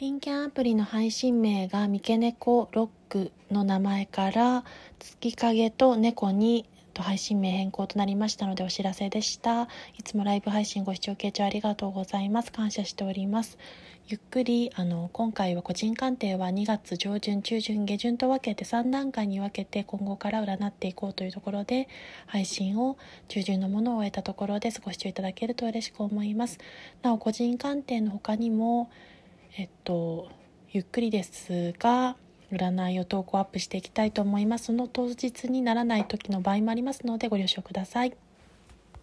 リンキャンアプリの配信名が三毛猫ロックの名前から月影と猫に配信名変更となりましたのでお知らせでした。いつもライブ配信ご視聴傾聴ありがとうございます。感謝しております。ゆっくり今回は個人鑑定は2月上旬、中旬、下旬と分けて3段階に分けて今後から占っていこうというところで配信を中旬のものを終えたところです。ご視聴いただけると嬉しく思います。なお個人鑑定の他にもゆっくりですが占いを投稿アップしていきたいと思います。その当日にならない時の場合もありますのでご了承ください。